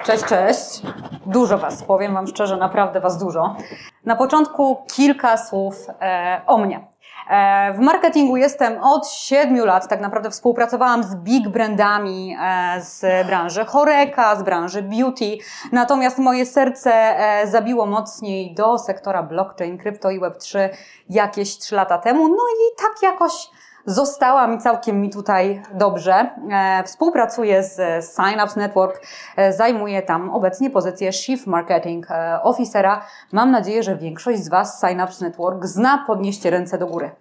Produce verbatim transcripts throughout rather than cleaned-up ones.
Cześć, cześć. Dużo Was, powiem Wam szczerze, naprawdę Was dużo. Na początku kilka słów e, o mnie. E, w marketingu jestem od siedmiu lat, tak naprawdę współpracowałam z big brandami e, z branży Horeca, z branży beauty, natomiast moje serce e, zabiło mocniej do sektora blockchain, krypto i web trzy jakieś trzy lata temu, no i tak jakoś zostałam i całkiem mi tutaj dobrze. E, współpracuję z Synapse Network, e, zajmuję tam obecnie pozycję Chief Marketing Officera. Mam nadzieję, że większość z Was Synapse Network zna. Podnieście ręce do góry.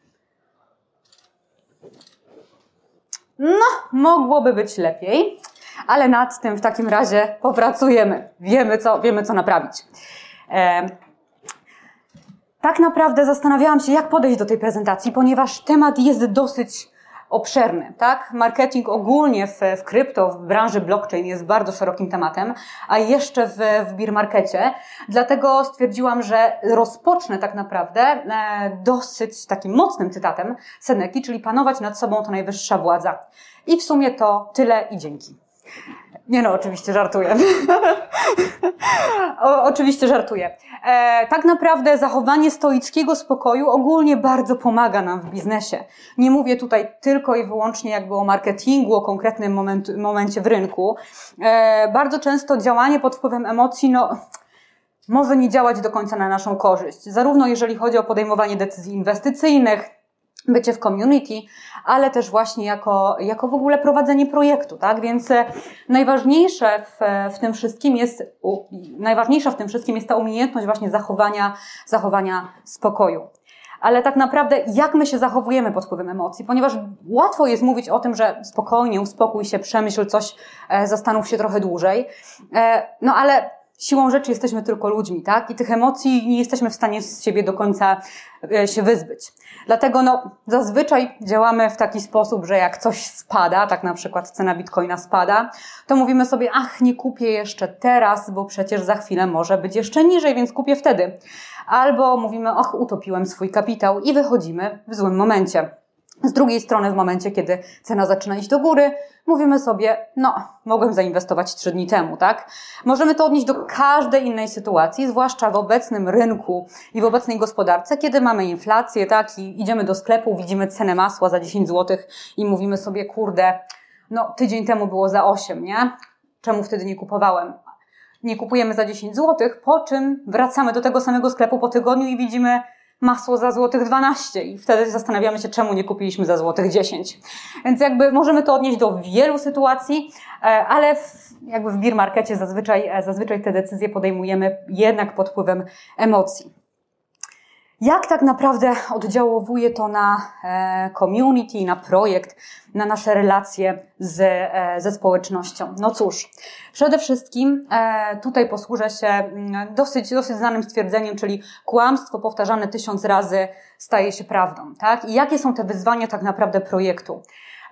No, mogłoby być lepiej, ale nad tym w takim razie popracujemy. Wiemy co, wiemy co naprawić. E, Tak naprawdę zastanawiałam się, jak podejść do tej prezentacji, ponieważ temat jest dosyć obszerny, tak? Marketing ogólnie w, w krypto, w branży blockchain jest bardzo szerokim tematem, a jeszcze w, w bear markecie. Dlatego stwierdziłam, że rozpocznę tak naprawdę e, dosyć takim mocnym cytatem Seneki, czyli panować nad sobą to najwyższa władza. I w sumie to tyle i dzięki. Nie no, oczywiście żartuję. o, oczywiście żartuję. E, tak naprawdę zachowanie stoickiego spokoju ogólnie bardzo pomaga nam w biznesie. Nie mówię tutaj tylko i wyłącznie jakby o marketingu, o konkretnym moment, momencie w rynku. E, bardzo często działanie pod wpływem emocji, no, może nie działać do końca na naszą korzyść. Zarówno jeżeli chodzi o podejmowanie decyzji inwestycyjnych, bycie w community, ale też właśnie jako, jako w ogóle prowadzenie projektu, tak? Więc najważniejsze w, w tym wszystkim jest, u, najważniejsza w tym wszystkim jest ta umiejętność właśnie zachowania, zachowania spokoju. Ale tak naprawdę jak my się zachowujemy pod wpływem emocji? Ponieważ łatwo jest mówić o tym, że spokojnie, uspokój się, przemyśl coś, e, zastanów się trochę dłużej. E, no ale siłą rzeczy jesteśmy tylko ludźmi, tak? I tych emocji nie jesteśmy w stanie z siebie do końca e, się wyzbyć. Dlatego no, zazwyczaj działamy w taki sposób, że jak coś spada, tak na przykład cena bitcoina spada, to mówimy sobie, ach, nie kupię jeszcze teraz, bo przecież za chwilę może być jeszcze niżej, więc kupię wtedy. Albo mówimy, ach, utopiłem swój kapitał i wychodzimy w złym momencie. Z drugiej strony w momencie, kiedy cena zaczyna iść do góry, mówimy sobie, no, mogłem zainwestować trzy dni temu, tak? Możemy to odnieść do każdej innej sytuacji, zwłaszcza w obecnym rynku i w obecnej gospodarce, kiedy mamy inflację, tak? I idziemy do sklepu, widzimy cenę masła za dziesięć złotych i mówimy sobie, kurde, no, tydzień temu było za osiem, nie? Czemu wtedy nie kupowałem? Nie kupujemy za dziesięć złotych, po czym wracamy do tego samego sklepu po tygodniu i widzimy masło za złotych dwanaście i wtedy zastanawiamy się, czemu nie kupiliśmy za złotych dziesięć. Więc jakby możemy to odnieść do wielu sytuacji, ale w, jakby w bear markecie zazwyczaj, zazwyczaj te decyzje podejmujemy jednak pod wpływem emocji. Jak tak naprawdę oddziałuje to na community, na projekt, na nasze relacje z, ze społecznością? No cóż, przede wszystkim tutaj posłużę się dosyć, dosyć znanym stwierdzeniem, czyli kłamstwo powtarzane tysiąc razy staje się prawdą, tak? I jakie są te wyzwania tak naprawdę projektu?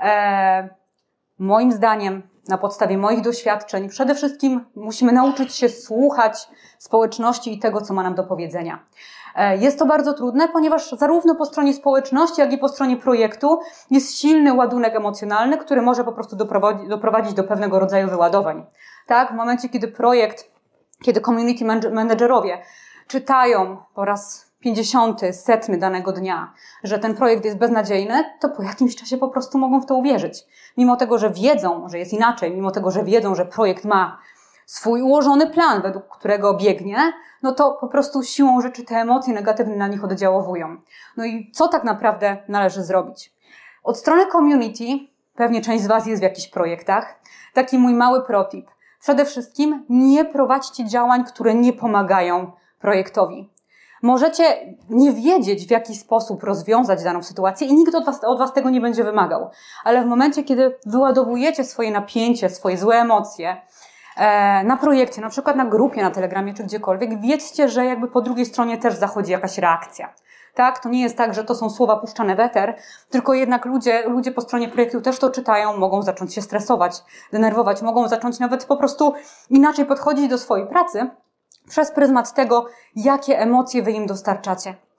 Moim zdaniem, na podstawie moich doświadczeń, przede wszystkim musimy nauczyć się słuchać społeczności i tego, co ma nam do powiedzenia. Jest to bardzo trudne, ponieważ zarówno po stronie społeczności, jak i po stronie projektu jest silny ładunek emocjonalny, który może po prostu doprowadzić, doprowadzić do pewnego rodzaju wyładowań. Tak, w momencie, kiedy projekt, kiedy community managerowie czytają po raz pięćdziesiąty, setny danego dnia, że ten projekt jest beznadziejny, to po jakimś czasie po prostu mogą w to uwierzyć. Mimo tego, że wiedzą, że jest inaczej, mimo tego, że wiedzą, że projekt ma swój ułożony plan, według którego biegnie, no to po prostu siłą rzeczy te emocje negatywne na nich oddziałowują. No i co tak naprawdę należy zrobić? Od strony community, pewnie część z Was jest w jakichś projektach, taki mój mały protip. Przede wszystkim nie prowadźcie działań, które nie pomagają projektowi. Możecie nie wiedzieć, w jaki sposób rozwiązać daną sytuację i nikt od was, od was tego nie będzie wymagał. Ale w momencie, kiedy wyładowujecie swoje napięcie, swoje złe emocje e, na projekcie, na przykład na grupie, na Telegramie czy gdziekolwiek, wiedzcie, że jakby po drugiej stronie też zachodzi jakaś reakcja. Tak? To nie jest tak, że to są słowa puszczane w eter, tylko jednak ludzie, ludzie po stronie projektu też to czytają, mogą zacząć się stresować, denerwować, mogą zacząć nawet po prostu inaczej podchodzić do swojej pracy, przez pryzmat tego, jakie emocje wy im dostarczacie.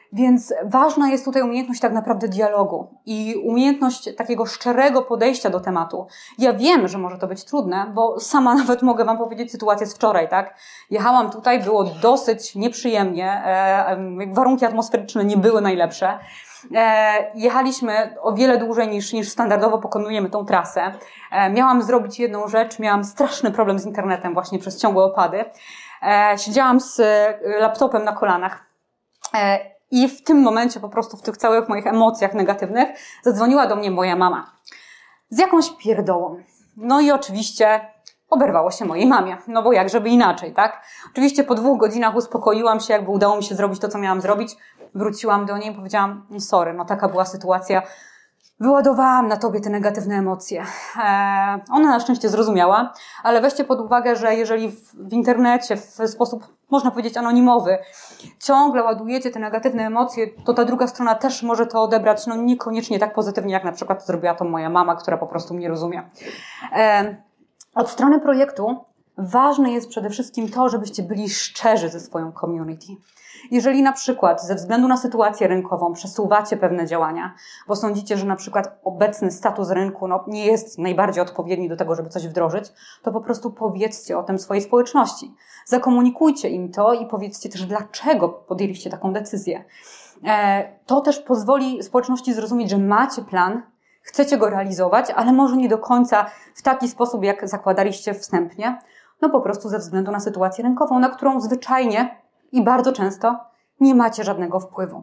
Więc ważna jest tutaj umiejętność tak naprawdę dialogu i umiejętność takiego szczerego podejścia do tematu. Ja wiem, że może to być trudne, bo sama nawet mogę Wam powiedzieć sytuację z wczoraj, tak? Jechałam tutaj, było dosyć nieprzyjemnie, e, warunki atmosferyczne nie były najlepsze. E, jechaliśmy o wiele dłużej niż, niż standardowo pokonujemy tą trasę. E, miałam zrobić jedną rzecz, miałam straszny problem z internetem właśnie przez ciągłe opady. E, siedziałam z laptopem na kolanach. E, I w tym momencie po prostu w tych całych moich emocjach negatywnych zadzwoniła do mnie moja mama. Z jakąś pierdołą. No i oczywiście oberwało się mojej mamie. No bo jak żeby inaczej, tak? Oczywiście po dwóch godzinach uspokoiłam się, jakby udało mi się zrobić to, co miałam zrobić. Wróciłam do niej i powiedziałam, sorry, no taka była sytuacja. Wyładowałam na tobie te negatywne emocje. Eee, ona na szczęście zrozumiała, ale weźcie pod uwagę, że jeżeli w, w internecie w sposób, można powiedzieć, anonimowy ciągle ładujecie te negatywne emocje, to ta druga strona też może to odebrać no niekoniecznie tak pozytywnie, jak na przykład zrobiła to moja mama, która po prostu mnie rozumie. Eee, od strony projektu ważne jest przede wszystkim to, żebyście byli szczerzy ze swoją community. Jeżeli na przykład ze względu na sytuację rynkową przesuwacie pewne działania, bo sądzicie, że na przykład obecny status rynku no, nie jest najbardziej odpowiedni do tego, żeby coś wdrożyć, to po prostu powiedzcie o tym swojej społeczności. Zakomunikujcie im to i powiedzcie też, dlaczego podjęliście taką decyzję. To też pozwoli społeczności zrozumieć, że macie plan, chcecie go realizować, ale może nie do końca w taki sposób, jak zakładaliście wstępnie, no po prostu ze względu na sytuację rynkową, na którą zwyczajnie i bardzo często nie macie żadnego wpływu.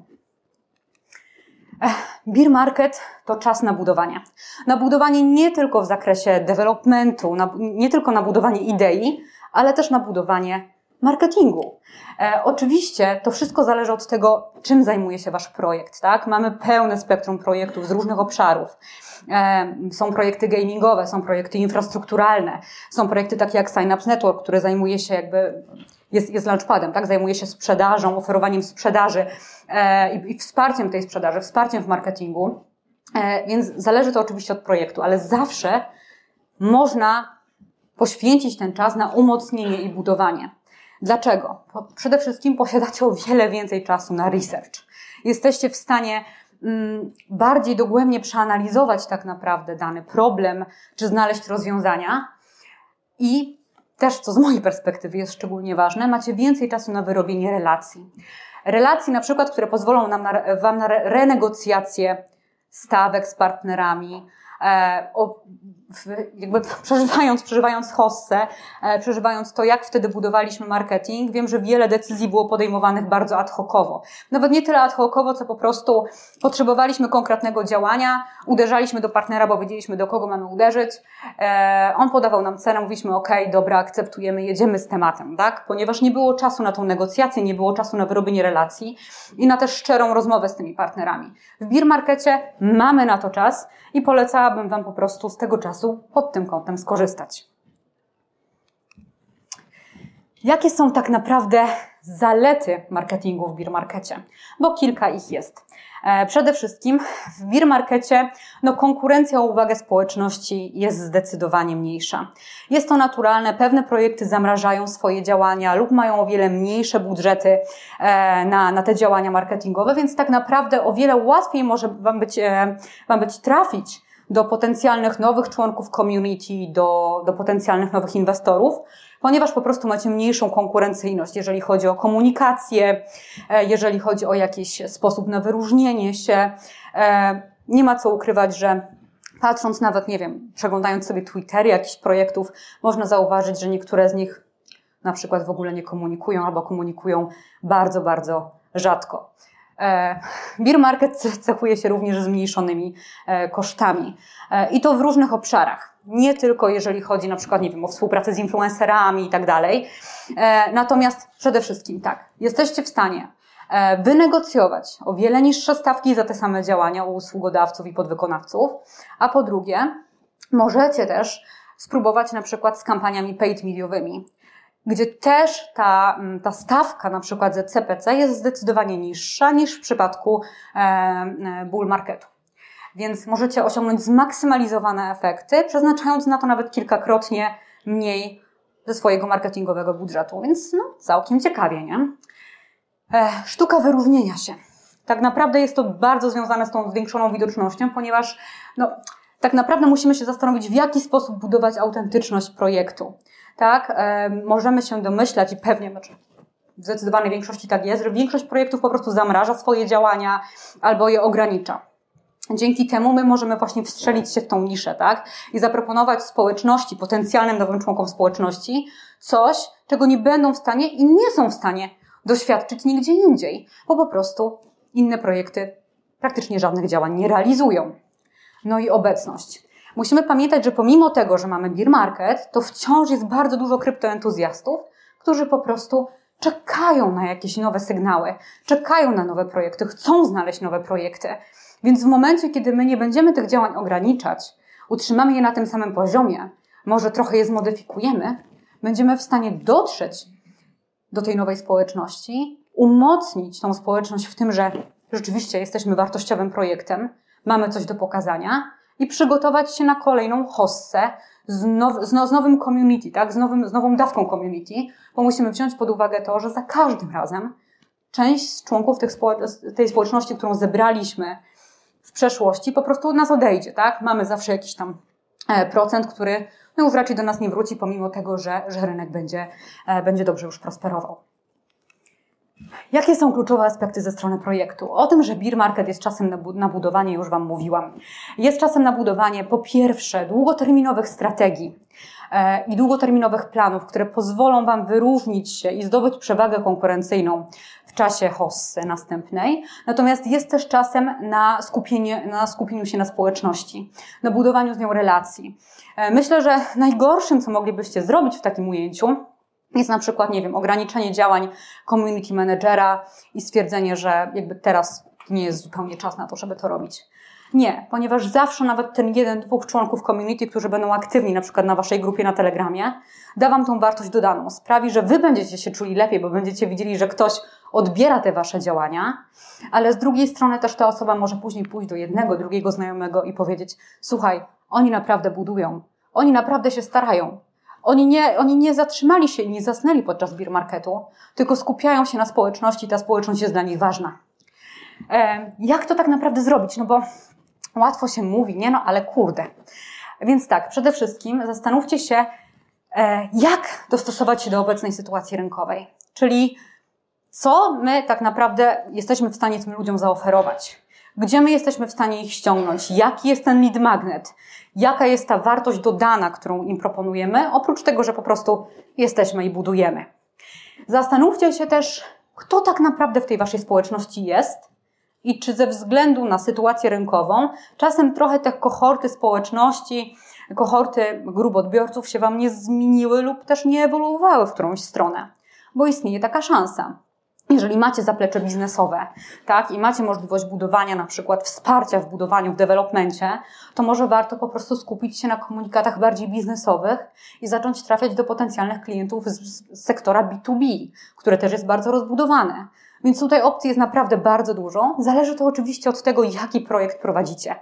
Beer market to czas na budowanie. Na budowanie nie tylko w zakresie developmentu, na, nie tylko na budowanie idei, ale też na budowanie marketingu. E, oczywiście to wszystko zależy od tego, czym zajmuje się Wasz projekt, tak? Mamy pełne spektrum projektów z różnych obszarów. E, są projekty gamingowe, są projekty infrastrukturalne, są projekty takie jak Synapse Network, które zajmuje się jakby Jest, jest launchpadem, tak? Zajmuje się sprzedażą, oferowaniem sprzedaży e, i, i wsparciem tej sprzedaży, wsparciem w marketingu. E, więc zależy to oczywiście od projektu, ale zawsze można poświęcić ten czas na umocnienie i budowanie. Dlaczego? Bo przede wszystkim posiadacie o wiele więcej czasu na research. Jesteście w stanie mm, bardziej dogłębnie przeanalizować tak naprawdę dany problem, czy znaleźć rozwiązania i też, co z mojej perspektywy jest szczególnie ważne, macie więcej czasu na wyrobienie relacji. Relacji na przykład, które pozwolą nam na, Wam na renegocjację stawek z partnerami, e, o, w, jakby przeżywając, przeżywając hossę, e, przeżywając to, jak wtedy budowaliśmy marketing, wiem, że wiele decyzji było podejmowanych bardzo ad hocowo. Nawet nie tyle ad hocowo, co po prostu potrzebowaliśmy konkretnego działania, uderzaliśmy do partnera, bo wiedzieliśmy, do kogo mamy uderzyć. E, on podawał nam cenę, mówiliśmy, ok, dobra, akceptujemy, jedziemy z tematem, tak? Ponieważ nie było czasu na tą negocjację, nie było czasu na wyrobienie relacji i na też szczerą rozmowę z tymi partnerami. W beer markecie mamy na to czas i polecałabym Wam po prostu z tego czasu pod tym kątem skorzystać. Jakie są tak naprawdę zalety marketingu w beer markecie? Bo kilka ich jest. Przede wszystkim w beer markecie no, konkurencja o uwagę społeczności jest zdecydowanie mniejsza. Jest to naturalne, pewne projekty zamrażają swoje działania lub mają o wiele mniejsze budżety na, na te działania marketingowe, więc tak naprawdę o wiele łatwiej może Wam być, Wam być trafić do potencjalnych nowych członków community, do, do potencjalnych nowych inwestorów, ponieważ po prostu macie mniejszą konkurencyjność, jeżeli chodzi o komunikację, jeżeli chodzi o jakiś sposób na wyróżnienie się. Nie ma co ukrywać, że patrząc nawet, nie wiem, przeglądając sobie Twittery jakichś projektów, można zauważyć, że niektóre z nich na przykład w ogóle nie komunikują albo komunikują bardzo, bardzo rzadko. Beer market cechuje się również zmniejszonymi kosztami i to w różnych obszarach. Nie tylko jeżeli chodzi na przykład, nie wiem, o współpracę z influencerami i tak dalej. Natomiast przede wszystkim tak, jesteście w stanie wynegocjować o wiele niższe stawki za te same działania u usługodawców i podwykonawców, a po drugie możecie też spróbować na przykład z kampaniami paid mediowymi, gdzie też ta, ta stawka na przykład z C P C jest zdecydowanie niższa niż w przypadku e, bull marketu. Więc możecie osiągnąć zmaksymalizowane efekty, przeznaczając na to nawet kilkakrotnie mniej ze swojego marketingowego budżetu. Więc no, całkiem ciekawie, nie? E, sztuka wyróżnienia się. Tak naprawdę jest to bardzo związane z tą zwiększoną widocznością, ponieważ no, tak naprawdę musimy się zastanowić, w jaki sposób budować autentyczność projektu. Tak? E, możemy się domyślać i pewnie, znaczy w zdecydowanej większości tak jest, że większość projektów po prostu zamraża swoje działania albo je ogranicza. Dzięki temu my możemy właśnie wstrzelić się w tą niszę, tak? I zaproponować społeczności, potencjalnym nowym członkom społeczności coś, czego nie będą w stanie i nie są w stanie doświadczyć nigdzie indziej, bo po prostu inne projekty praktycznie żadnych działań nie realizują. No i obecność. Musimy pamiętać, że pomimo tego, że mamy bear market, to wciąż jest bardzo dużo kryptoentuzjastów, którzy po prostu czekają na jakieś nowe sygnały, czekają na nowe projekty, chcą znaleźć nowe projekty. Więc w momencie, kiedy my nie będziemy tych działań ograniczać, utrzymamy je na tym samym poziomie, może trochę je zmodyfikujemy, będziemy w stanie dotrzeć do tej nowej społeczności, umocnić tą społeczność w tym, że rzeczywiście jesteśmy wartościowym projektem, mamy coś do pokazania i przygotować się na kolejną hossę z, now, z, z nowym community, tak? z, nowym, z nową dawką community, bo musimy wziąć pod uwagę to, że za każdym razem część z członków tych społecz- tej społeczności, którą zebraliśmy w przeszłości, po prostu od nas odejdzie. Tak? Mamy zawsze jakiś tam e, procent, który no, już raczej do nas nie wróci, pomimo tego, że, że rynek będzie, e, będzie dobrze już prosperował. Jakie są kluczowe aspekty ze strony projektu? O tym, że bear market jest czasem na, bu- na budowanie, już Wam mówiłam. Jest czasem na budowanie, po pierwsze, długoterminowych strategii e, i długoterminowych planów, które pozwolą Wam wyróżnić się i zdobyć przewagę konkurencyjną w czasie hossy następnej. Natomiast jest też czasem na, skupienie, na skupieniu się na społeczności, na budowaniu z nią relacji. E, myślę, że najgorszym, co moglibyście zrobić w takim ujęciu, jest na przykład, nie wiem, ograniczenie działań community managera i stwierdzenie, że jakby teraz nie jest zupełnie czas na to, żeby to robić. Nie, ponieważ zawsze nawet ten jeden, dwóch członków community, którzy będą aktywni na przykład na Waszej grupie na Telegramie, da Wam tą wartość dodaną. Sprawi, że Wy będziecie się czuli lepiej, bo będziecie widzieli, że ktoś odbiera te Wasze działania, ale z drugiej strony też ta osoba może później pójść do jednego, drugiego znajomego i powiedzieć: słuchaj, oni naprawdę budują, oni naprawdę się starają. Oni nie, oni nie zatrzymali się i nie zasnęli podczas bear marketu, tylko skupiają się na społeczności i ta społeczność jest dla nich ważna. E, jak to tak naprawdę zrobić? No bo łatwo się mówi, nie? No ale kurde. Więc tak, przede wszystkim zastanówcie się, e, jak dostosować się do obecnej sytuacji rynkowej. Czyli co my tak naprawdę jesteśmy w stanie tym ludziom zaoferować. Gdzie my jesteśmy w stanie ich ściągnąć? Jaki jest ten lead magnet? Jaka jest ta wartość dodana, którą im proponujemy? Oprócz tego, że po prostu jesteśmy i budujemy. Zastanówcie się też, kto tak naprawdę w tej Waszej społeczności jest i czy ze względu na sytuację rynkową czasem trochę te kohorty społeczności, kohorty grup odbiorców się Wam nie zmieniły lub też nie ewoluowały w którąś stronę. Bo istnieje taka szansa. Jeżeli macie zaplecze biznesowe, tak, i macie możliwość budowania, na przykład wsparcia w budowaniu, w developmencie, to może warto po prostu skupić się na komunikatach bardziej biznesowych i zacząć trafiać do potencjalnych klientów z, z sektora B dwa B, które też jest bardzo rozbudowane. Więc tutaj opcji jest naprawdę bardzo dużo. Zależy to oczywiście od tego, jaki projekt prowadzicie.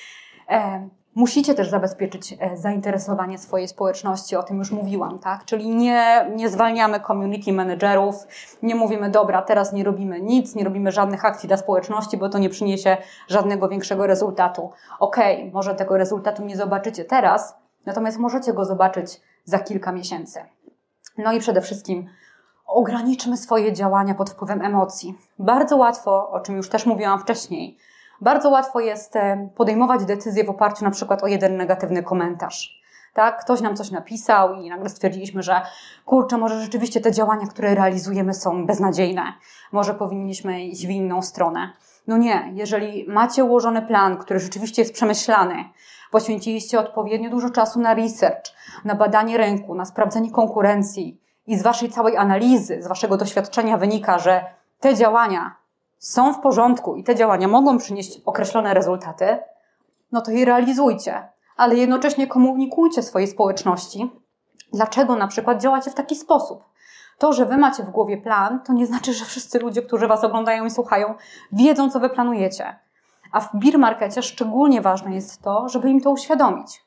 E, Musicie też zabezpieczyć zainteresowanie swojej społeczności, o tym już mówiłam, tak? Czyli nie, nie zwalniamy community managerów, nie mówimy: dobra, teraz nie robimy nic, nie robimy żadnych akcji dla społeczności, bo to nie przyniesie żadnego większego rezultatu. Okej, okay, może tego rezultatu nie zobaczycie teraz, natomiast możecie go zobaczyć za kilka miesięcy. No i przede wszystkim ograniczmy swoje działania pod wpływem emocji. Bardzo łatwo, o czym już też mówiłam wcześniej, bardzo łatwo jest podejmować decyzje w oparciu na przykład o jeden negatywny komentarz. Tak? Ktoś nam coś napisał i nagle stwierdziliśmy, że kurczę, może rzeczywiście te działania, które realizujemy, są beznadziejne. Może powinniśmy iść w inną stronę. No nie, jeżeli macie ułożony plan, który rzeczywiście jest przemyślany, poświęciliście odpowiednio dużo czasu na research, na badanie rynku, na sprawdzenie konkurencji i z Waszej całej analizy, z Waszego doświadczenia wynika, że te działania są w porządku i te działania mogą przynieść określone rezultaty, no to je realizujcie, ale jednocześnie komunikujcie swojej społeczności, dlaczego na przykład działacie w taki sposób. To, że Wy macie w głowie plan, to nie znaczy, że wszyscy ludzie, którzy Was oglądają i słuchają, wiedzą, co Wy planujecie. A w bear markecie szczególnie ważne jest to, żeby im to uświadomić.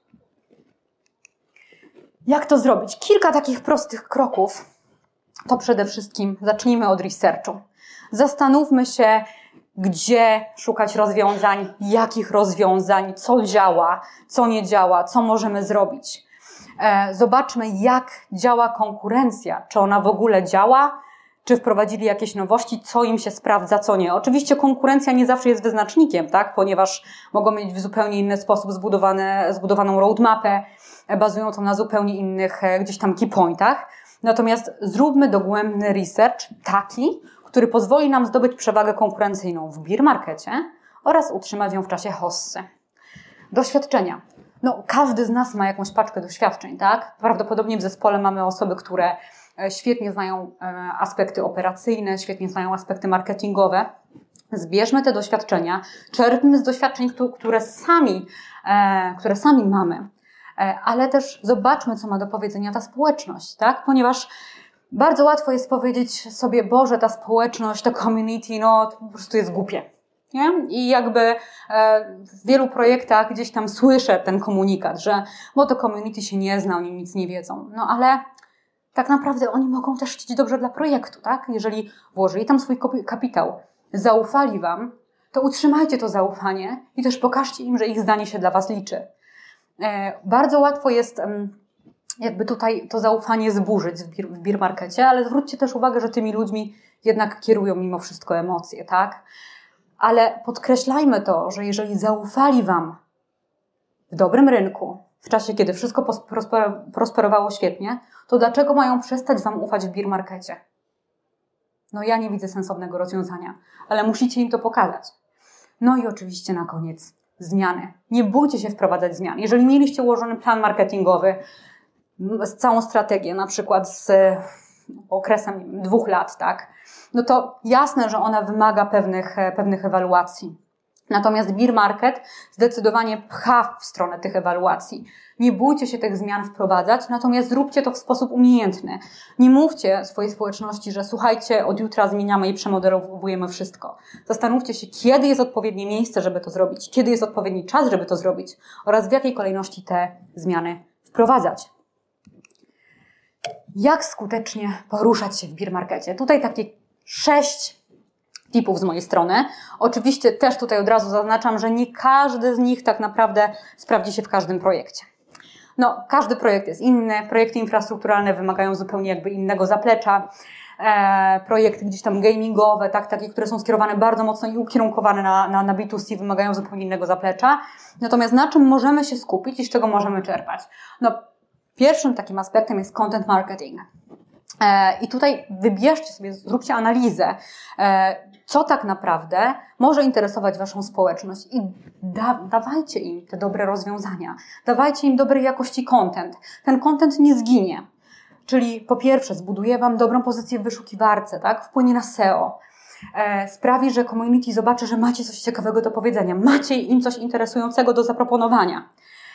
Jak to zrobić? Kilka takich prostych kroków. To przede wszystkim zacznijmy od researchu. Zastanówmy się, gdzie szukać rozwiązań, jakich rozwiązań, co działa, co nie działa, co możemy zrobić. Zobaczmy, jak działa konkurencja, czy ona w ogóle działa, czy wprowadzili jakieś nowości, co im się sprawdza, co nie. Oczywiście konkurencja nie zawsze jest wyznacznikiem, tak? Ponieważ mogą mieć w zupełnie inny sposób zbudowane, zbudowaną roadmapę, bazującą na zupełnie innych gdzieś tam key pointach. Natomiast zróbmy dogłębny research taki, który pozwoli nam zdobyć przewagę konkurencyjną w bear markecie oraz utrzymać ją w czasie hossy. Doświadczenia. No, każdy z nas ma jakąś paczkę doświadczeń, tak? Prawdopodobnie w zespole mamy osoby, które świetnie znają aspekty operacyjne, świetnie znają aspekty marketingowe. Zbierzmy te doświadczenia, czerpmy z doświadczeń, które sami, które sami mamy, ale też zobaczmy, co ma do powiedzenia ta społeczność, tak? Ponieważ bardzo łatwo jest powiedzieć sobie, Boże, ta społeczność, ta community, no to po prostu jest głupie. Nie? I jakby w wielu projektach gdzieś tam słyszę ten komunikat, że bo to community się nie zna, oni nic nie wiedzą. No ale tak naprawdę oni mogą też chcieć dobrze dla projektu, tak? Jeżeli włożyli tam swój kapitał, zaufali wam, to utrzymajcie to zaufanie i też pokażcie im, że ich zdanie się dla was liczy. Bardzo łatwo jest jakby tutaj to zaufanie zburzyć w bear markecie, ale zwróćcie też uwagę, że tymi ludźmi jednak kierują mimo wszystko emocje, tak? Ale podkreślajmy to, że jeżeli zaufali wam w dobrym rynku, w czasie, kiedy wszystko prosperowało świetnie, to dlaczego mają przestać wam ufać w bear markecie? No ja nie widzę sensownego rozwiązania, ale musicie im to pokazać. No i oczywiście na koniec zmiany. Nie bójcie się wprowadzać zmian. Jeżeli mieliście ułożony plan marketingowy, z całą strategię, na przykład z okresem nie wiem, dwóch lat, tak, no to jasne, że ona wymaga pewnych, pewnych ewaluacji. Natomiast bear market zdecydowanie pcha w stronę tych ewaluacji. Nie bójcie się tych zmian wprowadzać, natomiast zróbcie to w sposób umiejętny. Nie mówcie swojej społeczności, że słuchajcie, od jutra zmieniamy i przemodelowujemy wszystko. Zastanówcie się, kiedy jest odpowiednie miejsce, żeby to zrobić, kiedy jest odpowiedni czas, żeby to zrobić oraz w jakiej kolejności te zmiany wprowadzać. Jak skutecznie poruszać się w bear markecie? Tutaj takie sześć tipów z mojej strony. Oczywiście też tutaj od razu zaznaczam, że nie każdy z nich tak naprawdę sprawdzi się w każdym projekcie. No, każdy projekt jest inny. Projekty infrastrukturalne wymagają zupełnie jakby innego zaplecza. E, projekty gdzieś tam gamingowe, tak, takie, które są skierowane bardzo mocno i ukierunkowane na, na, na B dwa C, wymagają zupełnie innego zaplecza. Natomiast na czym możemy się skupić i z czego możemy czerpać? No, pierwszym takim aspektem jest content marketing. I tutaj wybierzcie sobie, zróbcie analizę, co tak naprawdę może interesować waszą społeczność i da, dawajcie im te dobre rozwiązania. Dawajcie im dobrej jakości content. Ten content nie zginie. Czyli po pierwsze zbuduje wam dobrą pozycję w wyszukiwarce, tak? Wpłynie na S E O. Sprawi, że community zobaczy, że macie coś ciekawego do powiedzenia. Macie im coś interesującego do zaproponowania.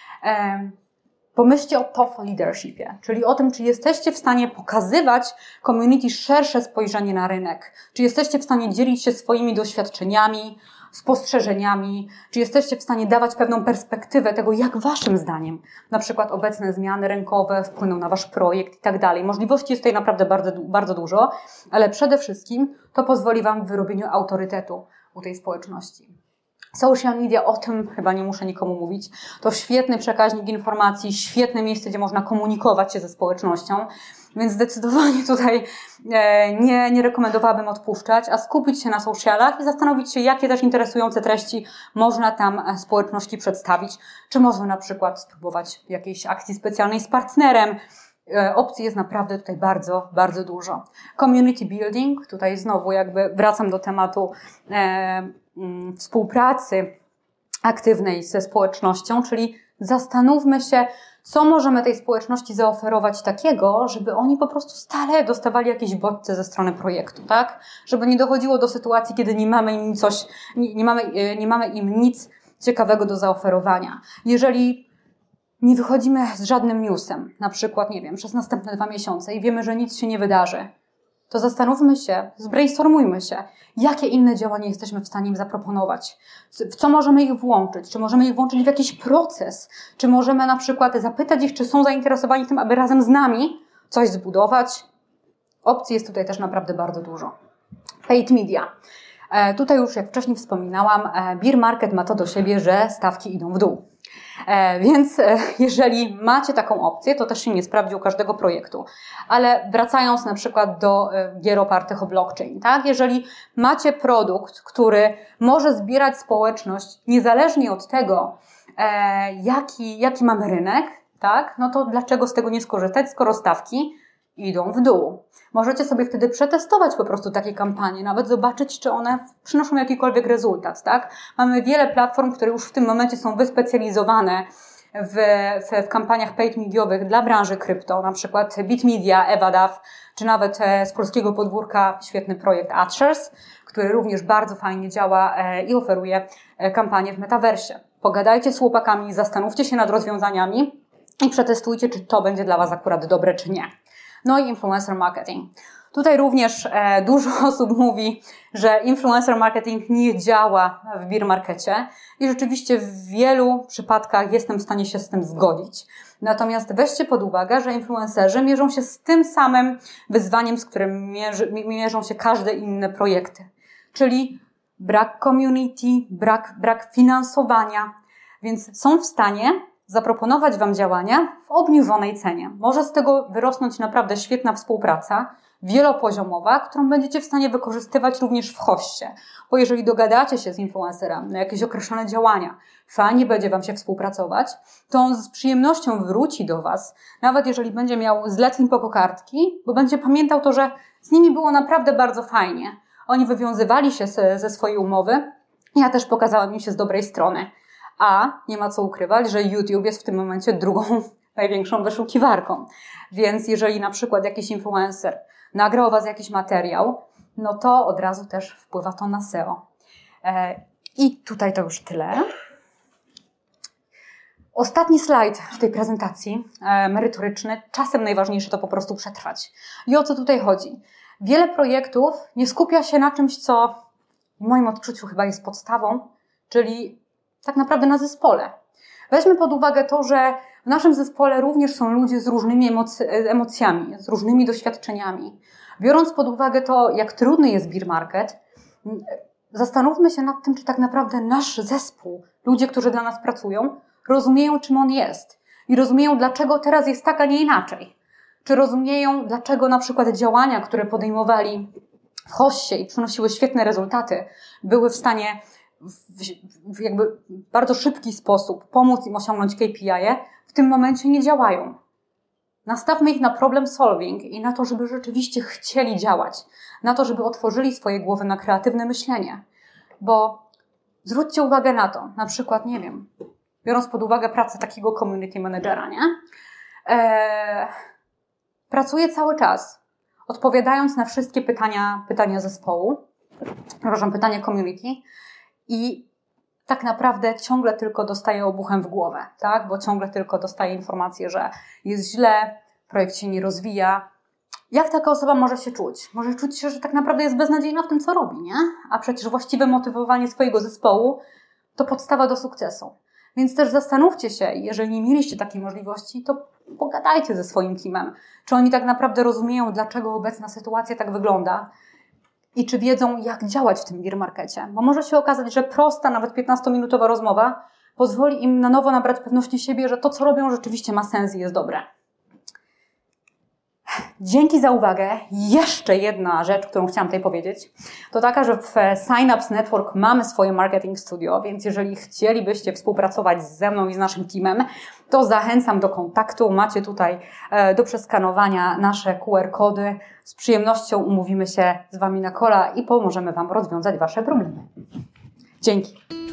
Pomyślcie o thought leadershipie, czyli o tym, czy jesteście w stanie pokazywać community szersze spojrzenie na rynek, czy jesteście w stanie dzielić się swoimi doświadczeniami, spostrzeżeniami, czy jesteście w stanie dawać pewną perspektywę tego, jak waszym zdaniem na przykład obecne zmiany rynkowe wpłyną na wasz projekt i tak dalej. Możliwości jest tutaj naprawdę bardzo, bardzo dużo, ale przede wszystkim to pozwoli wam w wyrobieniu autorytetu u tej społeczności. Social media, o tym chyba nie muszę nikomu mówić. To świetny przekaźnik informacji, świetne miejsce, gdzie można komunikować się ze społecznością, więc zdecydowanie tutaj nie, nie rekomendowałabym odpuszczać, a skupić się na socialach i zastanowić się, jakie też interesujące treści można tam społeczności przedstawić. Czy może na przykład spróbować jakiejś akcji specjalnej z partnerem. Opcji jest naprawdę tutaj bardzo, bardzo dużo. Community building, tutaj znowu jakby wracam do tematu e, współpracy aktywnej ze społecznością, czyli zastanówmy się, co możemy tej społeczności zaoferować takiego, żeby oni po prostu stale dostawali jakieś bodźce ze strony projektu, tak? Żeby nie dochodziło do sytuacji, kiedy nie mamy im coś, nie, nie mamy, nie mamy im nic ciekawego do zaoferowania. Jeżeli nie wychodzimy z żadnym newsem, na przykład, nie wiem, przez następne dwa miesiące i wiemy, że nic się nie wydarzy, to zastanówmy się, zbrainstormujmy się, jakie inne działania jesteśmy w stanie im zaproponować, w co możemy ich włączyć, czy możemy ich włączyć w jakiś proces, czy możemy na przykład zapytać ich, czy są zainteresowani tym, aby razem z nami coś zbudować. Opcji jest tutaj też naprawdę bardzo dużo. Paid media. Tutaj już, jak wcześniej wspominałam, bear market ma to do siebie, że stawki idą w dół. Więc jeżeli macie taką opcję, to też się nie sprawdzi u każdego projektu. Ale wracając na przykład do gier opartych o blockchain, tak? Jeżeli macie produkt, który może zbierać społeczność niezależnie od tego, jaki, jaki mamy rynek, tak? No to dlaczego z tego nie skorzystać, skoro stawki idą w dół? Możecie sobie wtedy przetestować po prostu takie kampanie, nawet zobaczyć, czy one przynoszą jakikolwiek rezultat, tak? Mamy wiele platform, które już w tym momencie są wyspecjalizowane w, w, w kampaniach paid mediowych dla branży krypto, na przykład Bitmedia, Evadav, czy nawet z polskiego podwórka świetny projekt AdShares, który również bardzo fajnie działa i oferuje kampanie w metaversie. Pogadajcie z chłopakami, zastanówcie się nad rozwiązaniami i przetestujcie, czy to będzie dla Was akurat dobre, czy nie. No i influencer marketing. Tutaj również e, dużo osób mówi, że influencer marketing nie działa w bear markecie i rzeczywiście w wielu przypadkach jestem w stanie się z tym zgodzić. Natomiast weźcie pod uwagę, że influencerzy mierzą się z tym samym wyzwaniem, z którym mierzy, mierzą się każde inne projekty. Czyli brak community, brak, brak finansowania, więc są w stanie zaproponować Wam działania w obniżonej cenie. Może z tego wyrosnąć naprawdę świetna współpraca, wielopoziomowa, którą będziecie w stanie wykorzystywać również w hoście. Bo jeżeli dogadacie się z influencerem na jakieś określone działania, fajnie będzie Wam się współpracować, to on z przyjemnością wróci do Was, nawet jeżeli będzie miał zleceń po kokardki, bo będzie pamiętał to, że z nimi było naprawdę bardzo fajnie. Oni wywiązywali się ze, ze swojej umowy, ja też pokazałam im się z dobrej strony. A nie ma co ukrywać, że YouTube jest w tym momencie drugą największą wyszukiwarką. Więc jeżeli na przykład jakiś influencer nagrał Was jakiś materiał, no to od razu też wpływa to na S E O. I tutaj to już tyle. Ostatni slajd w tej prezentacji, merytoryczny. Czasem najważniejsze to po prostu przetrwać. I o co tutaj chodzi? Wiele projektów nie skupia się na czymś, co w moim odczuciu chyba jest podstawą, czyli tak naprawdę na zespole. Weźmy pod uwagę to, że w naszym zespole również są ludzie z różnymi emoc- emocjami, z różnymi doświadczeniami. Biorąc pod uwagę to, jak trudny jest bear market, zastanówmy się nad tym, czy tak naprawdę nasz zespół, ludzie, którzy dla nas pracują, rozumieją, czym on jest i rozumieją, dlaczego teraz jest tak, a nie inaczej. Czy rozumieją, dlaczego na przykład działania, które podejmowali w hoście i przynosiły świetne rezultaty, były w stanie w, w jakby bardzo szybki sposób pomóc im osiągnąć K P I-e, w tym momencie nie działają. Nastawmy ich na problem solving i na to, żeby rzeczywiście chcieli działać, na to, żeby otworzyli swoje głowy na kreatywne myślenie. Bo zwróćcie uwagę na to, na przykład, nie wiem, biorąc pod uwagę pracę takiego community managera, nie? Eee, pracuje cały czas, odpowiadając na wszystkie pytania, pytania zespołu, przepraszam, pytania community i tak naprawdę ciągle tylko dostaje obuchem w głowę, tak? Bo ciągle tylko dostaje informację, że jest źle, projekt się nie rozwija. Jak taka osoba może się czuć? Może czuć się, że tak naprawdę jest beznadziejna w tym, co robi, nie? A przecież właściwe motywowanie swojego zespołu to podstawa do sukcesu. Więc też zastanówcie się, jeżeli nie mieliście takiej możliwości, to pogadajcie ze swoim teamem. Czy oni tak naprawdę rozumieją, dlaczego obecna sytuacja tak wygląda i czy wiedzą, jak działać w tym bear markecie. Bo może się okazać, że prosta, nawet piętnastominutowa rozmowa pozwoli im na nowo nabrać pewności siebie, że to, co robią, rzeczywiście ma sens i jest dobre. Dzięki za uwagę. Jeszcze jedna rzecz, którą chciałam tutaj powiedzieć, to taka, że w Synapse Network mamy swoje marketing studio, więc jeżeli chcielibyście współpracować ze mną i z naszym teamem, to zachęcam do kontaktu. Macie tutaj do przeskanowania nasze Q R kody. Z przyjemnością umówimy się z Wami na kola i pomożemy Wam rozwiązać Wasze problemy. Dzięki.